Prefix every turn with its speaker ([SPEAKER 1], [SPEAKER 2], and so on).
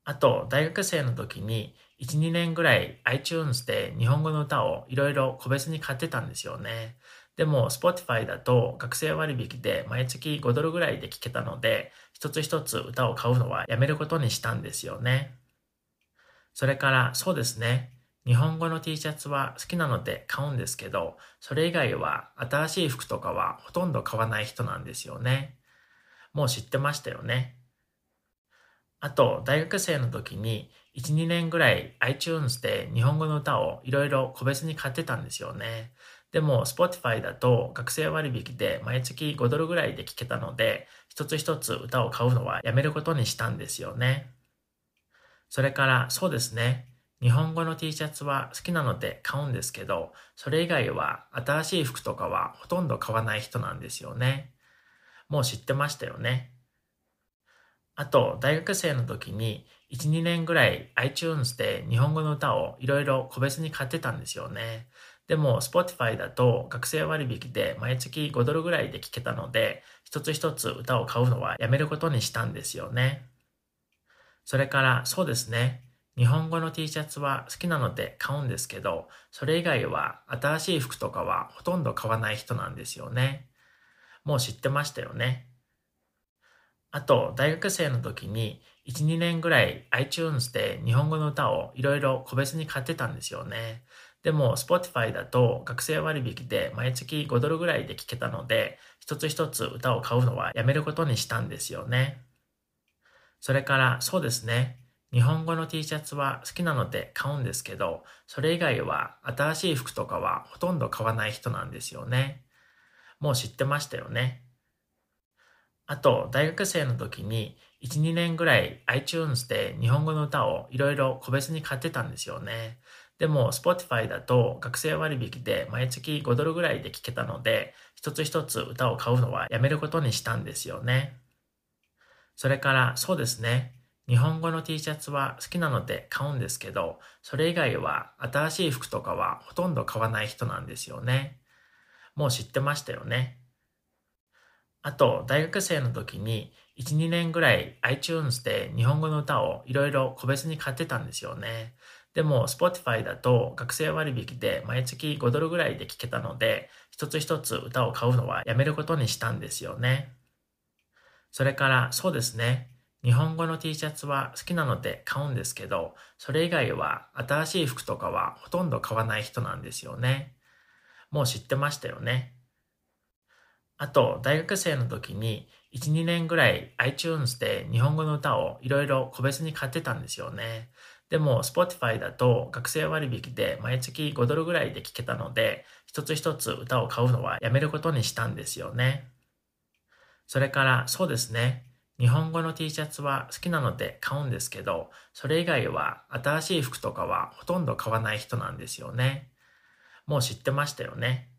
[SPEAKER 1] あと、大学生の時に1、2年ぐらい iTunes で日本語の歌をいろいろ個別に買ってたんですよね。でも Spotify だと学生割引で毎月5ドルぐらいで聴けたので、一つ一つ歌を買うのはやめることにしたんですよね。それからそうですね。日本語の T シャツは好きなので買うんですけど、それ以外は新しい服とかはほとんど買わない人なんですよね。もう知ってましたよね。あと、大学生の時に1、2年ぐらい iTunes で日本語の歌をいろいろ個別に買ってたんですよね。でも Spotify だと学生割引で毎月5ドルぐらいで聴けたので、一つ一つ歌を買うのはやめることにしたんですよね。それからそうですね。日本語の T シャツは好きなので買うんですけど、それ以外は新しい服とかはほとんど買わない人なんですよね。もう知ってましたよね。あと、大学生の時に1、2年ぐらい iTunes で日本語の歌をいろいろ個別に買ってたんですよね。でも Spotify だと学生割引で毎月5ドルぐらいで聴けたので、一つ一つ歌を買うのはやめることにしたんですよね。それからそうですね。日本語の T シャツは好きなので買うんですけど、それ以外は新しい服とかはほとんど買わない人なんですよね。もう知ってましたよね。あと、大学生の時に1、2年ぐらい iTunes で日本語の歌をいろいろ個別に買ってたんですよね。でも Spotify だと学生割引で毎月5ドルぐらいで聴けたので、一つ一つ歌を買うのはやめることにしたんですよね。それからそうですね。日本語の T シャツは好きなので買うんですけど、それ以外は新しい服とかはほとんど買わない人なんですよね。もう知ってましたよね。あと、大学生の時に1、2年ぐらい iTunes で日本語の歌をいろいろ個別に買ってたんですよね。でも Spotify だと学生割引で毎月5ドルぐらいで聴けたので、一つ一つ歌を買うのはやめることにしたんですよね。それからそうですね。日本語の T シャツは好きなので買うんですけど、それ以外は新しい服とかはほとんど買わない人なんですよね。もう知ってましたよね。あと、大学生の時に1、2年ぐらい iTunes で日本語の歌をいろいろ個別に買ってたんですよね。でも Spotify だと学生割引で毎月5ドルぐらいで聴けたので、一つ一つ歌を買うのはやめることにしたんですよね。それからそうですね。日本語の T シャツは好きなので買うんですけど、それ以外は新しい服とかはほとんど買わない人なんですよね。もう知ってましたよね。それからそうですね。日本語の T シャツは好きなので買うんですけど、それ以外は新しい服とかはほとんど買わない人なんですよね。もう知ってましたよね。それからそうですね。日本語の T シャツは好きなので買うんですけど、それ以外は新しい服とかはほとんど買わない人なんですよね。もう知ってましたよね。あと、大学生の時に1、2年ぐらい iTunes で日本語の歌をいろいろ個別に買ってたんですよね。でも Spotify だと学生割引で毎月5ドルぐらいで聴けたので、一つ一つ歌を買うのはやめることにしたんですよね。それからそうですね。日本語の T シャツは好きなので買うんですけど、それ以外は新しい服とかはほとんど買わない人なんですよね。もう知ってましたよね。